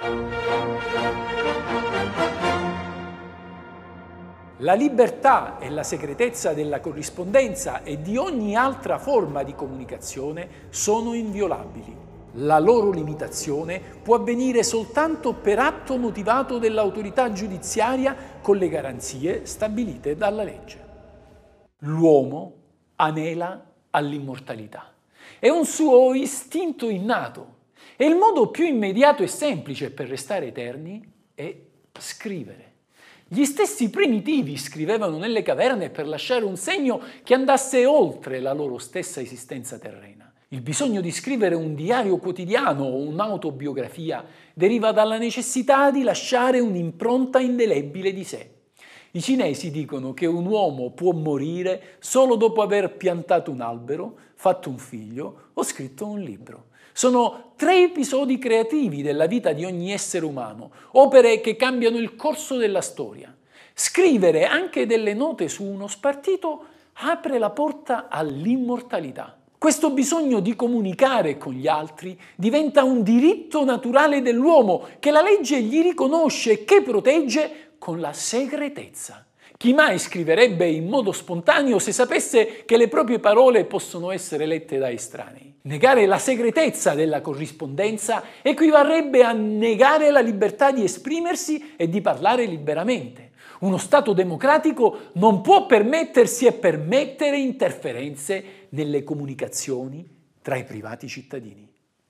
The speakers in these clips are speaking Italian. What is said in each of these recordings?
La libertà e la segretezza della corrispondenza e di ogni altra forma di comunicazione sono inviolabili. La loro limitazione può avvenire soltanto per atto motivato dell'autorità giudiziaria con le garanzie stabilite dalla legge. L'uomo anela all'immortalità. È un suo istinto innato e il modo più immediato e semplice per restare eterni è scrivere. Gli stessi primitivi scrivevano nelle caverne per lasciare un segno che andasse oltre la loro stessa esistenza terrena. Il bisogno di scrivere un diario quotidiano o un'autobiografia deriva dalla necessità di lasciare un'impronta indelebile di sé. I cinesi dicono che un uomo può morire solo dopo aver piantato un albero, fatto un figlio o scritto un libro. Sono 3 episodi creativi della vita di ogni essere umano, opere che cambiano il corso della storia. Scrivere anche delle note su uno spartito apre la porta all'immortalità. Questo bisogno di comunicare con gli altri diventa un diritto naturale dell'uomo che la legge gli riconosce e che protegge con la segretezza. Chi mai scriverebbe in modo spontaneo se sapesse che le proprie parole possono essere lette da estranei? Negare la segretezza della corrispondenza equivarrebbe a negare la libertà di esprimersi e di parlare liberamente. Uno Stato democratico non può permettersi e permettere interferenze nelle comunicazioni tra i privati cittadini.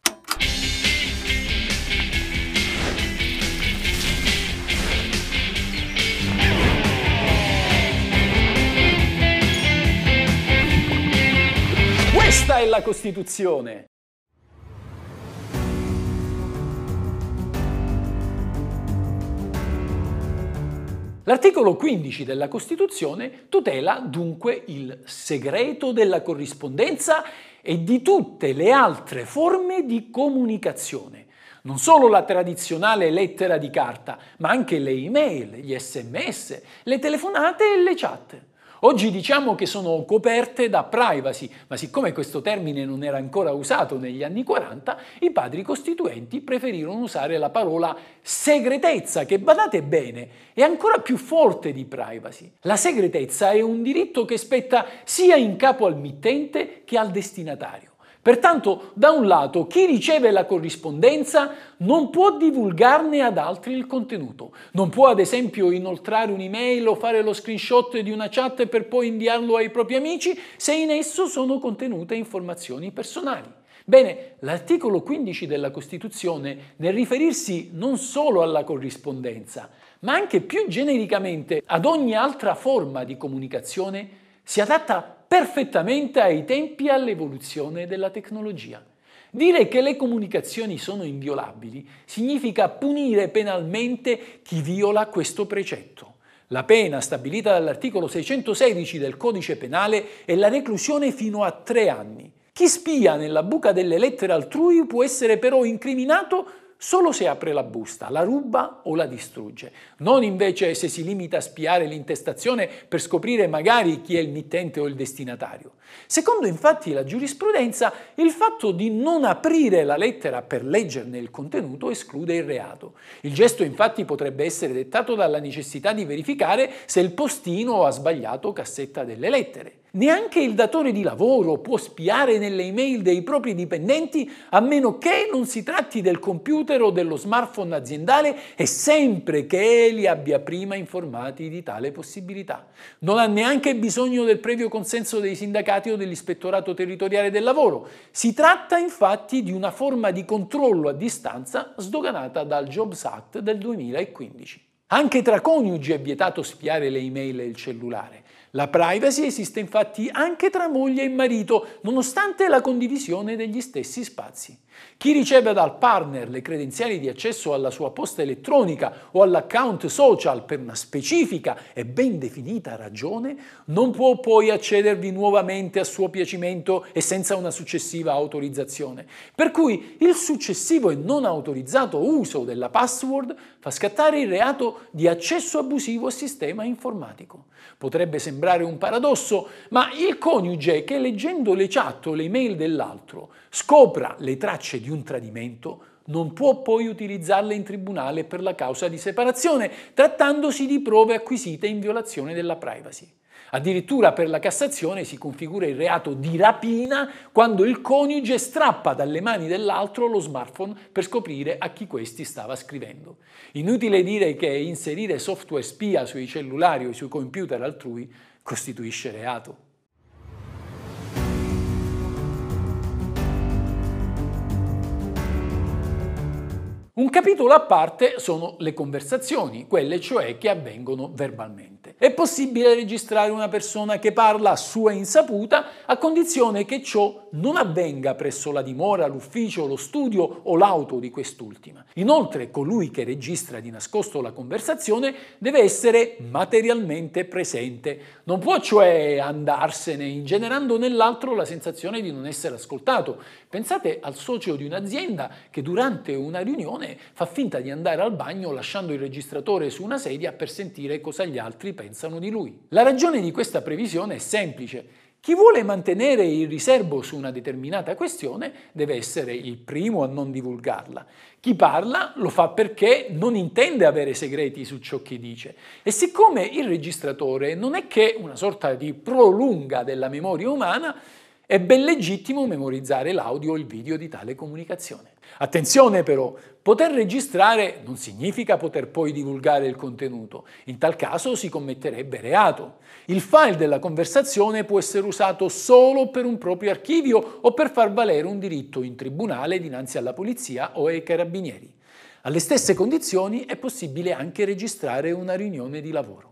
Questa è la Costituzione. L'articolo 15 della Costituzione tutela dunque il segreto della corrispondenza e di tutte le altre forme di comunicazione. Non solo la tradizionale lettera di carta, ma anche le email, gli SMS, le telefonate e le chat. Oggi diciamo che sono coperte da privacy, ma siccome questo termine non era ancora usato negli anni 40, i padri costituenti preferirono usare la parola segretezza, che badate bene, è ancora più forte di privacy. La segretezza è un diritto che spetta sia in capo al mittente che al destinatario. Pertanto, da un lato, chi riceve la corrispondenza non può divulgarne ad altri il contenuto. Non può, ad esempio, inoltrare un'email o fare lo screenshot di una chat per poi inviarlo ai propri amici se in esso sono contenute informazioni personali. Bene, l'articolo 15 della Costituzione, nel riferirsi non solo alla corrispondenza, ma anche più genericamente ad ogni altra forma di comunicazione, si adatta perfettamente ai tempi e all'evoluzione della tecnologia. Dire che le comunicazioni sono inviolabili significa punire penalmente chi viola questo precetto. La pena stabilita dall'articolo 616 del Codice Penale è la reclusione fino a 3 anni. Chi spia nella buca delle lettere altrui può essere però incriminato solo se apre la busta, la ruba o la distrugge, non invece se si limita a spiare l'intestazione per scoprire magari chi è il mittente o il destinatario. Secondo infatti la giurisprudenza, il fatto di non aprire la lettera per leggerne il contenuto esclude il reato. Il gesto infatti potrebbe essere dettato dalla necessità di verificare se il postino ha sbagliato cassetta delle lettere. Neanche il datore di lavoro può spiare nelle email dei propri dipendenti a meno che non si tratti del computer o dello smartphone aziendale e sempre che li abbia prima informati di tale possibilità. Non ha neanche bisogno del previo consenso dei sindacati o dell'ispettorato territoriale del lavoro. Si tratta infatti di una forma di controllo a distanza sdoganata dal Jobs Act del 2015. Anche tra coniugi è vietato spiare le email e il cellulare. La privacy esiste infatti anche tra moglie e marito, nonostante la condivisione degli stessi spazi. Chi riceve dal partner le credenziali di accesso alla sua posta elettronica o all'account social per una specifica e ben definita ragione, non può poi accedervi nuovamente a suo piacimento e senza una successiva autorizzazione. Per cui il successivo e non autorizzato uso della password fa scattare il reato di accesso abusivo al sistema informatico. Potrebbe sembrare un paradosso, ma il coniuge che leggendo le chat o le email dell'altro scopra le tracce di un tradimento non può poi utilizzarle in tribunale per la causa di separazione, trattandosi di prove acquisite in violazione della privacy. Addirittura per la Cassazione si configura il reato di rapina quando il coniuge strappa dalle mani dell'altro lo smartphone per scoprire a chi questi stava scrivendo. Inutile dire che inserire software spia sui cellulari o sui computer altrui costituisce reato. Un capitolo a parte sono le conversazioni, quelle cioè che avvengono verbalmente. È possibile registrare una persona che parla a sua insaputa a condizione che ciò non avvenga presso la dimora, l'ufficio, lo studio o l'auto di quest'ultima. Inoltre, colui che registra di nascosto la conversazione deve essere materialmente presente. Non può cioè andarsene ingenerando nell'altro la sensazione di non essere ascoltato. Pensate al socio di un'azienda che durante una riunione fa finta di andare al bagno lasciando il registratore su una sedia per sentire cosa gli altri pensano di lui. La ragione di questa previsione è semplice. Chi vuole mantenere il riserbo su una determinata questione deve essere il primo a non divulgarla. Chi parla lo fa perché non intende avere segreti su ciò che dice. E siccome il registratore non è che una sorta di prolunga della memoria umana, è ben legittimo memorizzare l'audio o il video di tale comunicazione. Attenzione però, poter registrare non significa poter poi divulgare il contenuto. In tal caso si commetterebbe reato. Il file della conversazione può essere usato solo per un proprio archivio o per far valere un diritto in tribunale dinanzi alla polizia o ai carabinieri. Alle stesse condizioni è possibile anche registrare una riunione di lavoro.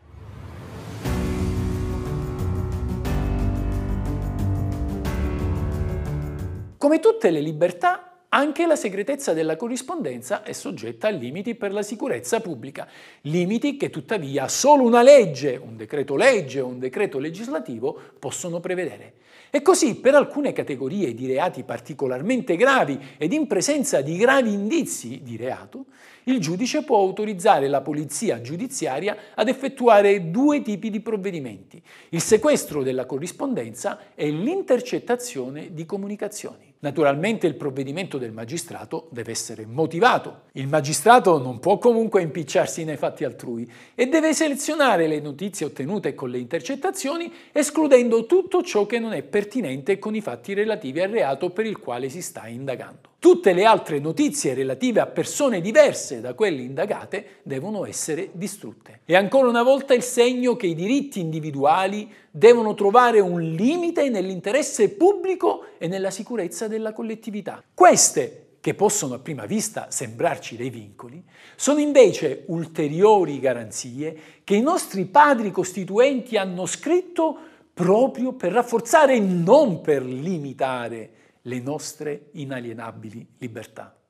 Come tutte le libertà, anche la segretezza della corrispondenza è soggetta a limiti per la sicurezza pubblica, limiti che tuttavia solo una legge, un decreto legge o un decreto legislativo possono prevedere. E così per alcune categorie di reati particolarmente gravi ed in presenza di gravi indizi di reato, il giudice può autorizzare la polizia giudiziaria ad effettuare due tipi di provvedimenti: il sequestro della corrispondenza e l'intercettazione di comunicazioni. Naturalmente il provvedimento del magistrato deve essere motivato. Il magistrato non può comunque impicciarsi nei fatti altrui e deve selezionare le notizie ottenute con le intercettazioni, escludendo tutto ciò che non è pertinente con i fatti relativi al reato per il quale si sta indagando. Tutte le altre notizie relative a persone diverse da quelle indagate devono essere distrutte. E ancora una volta il segno che i diritti individuali devono trovare un limite nell'interesse pubblico e nella sicurezza della collettività. Queste, che possono a prima vista sembrarci dei vincoli, sono invece ulteriori garanzie che i nostri padri costituenti hanno scritto proprio per rafforzare e non per limitare le nostre inalienabili libertà.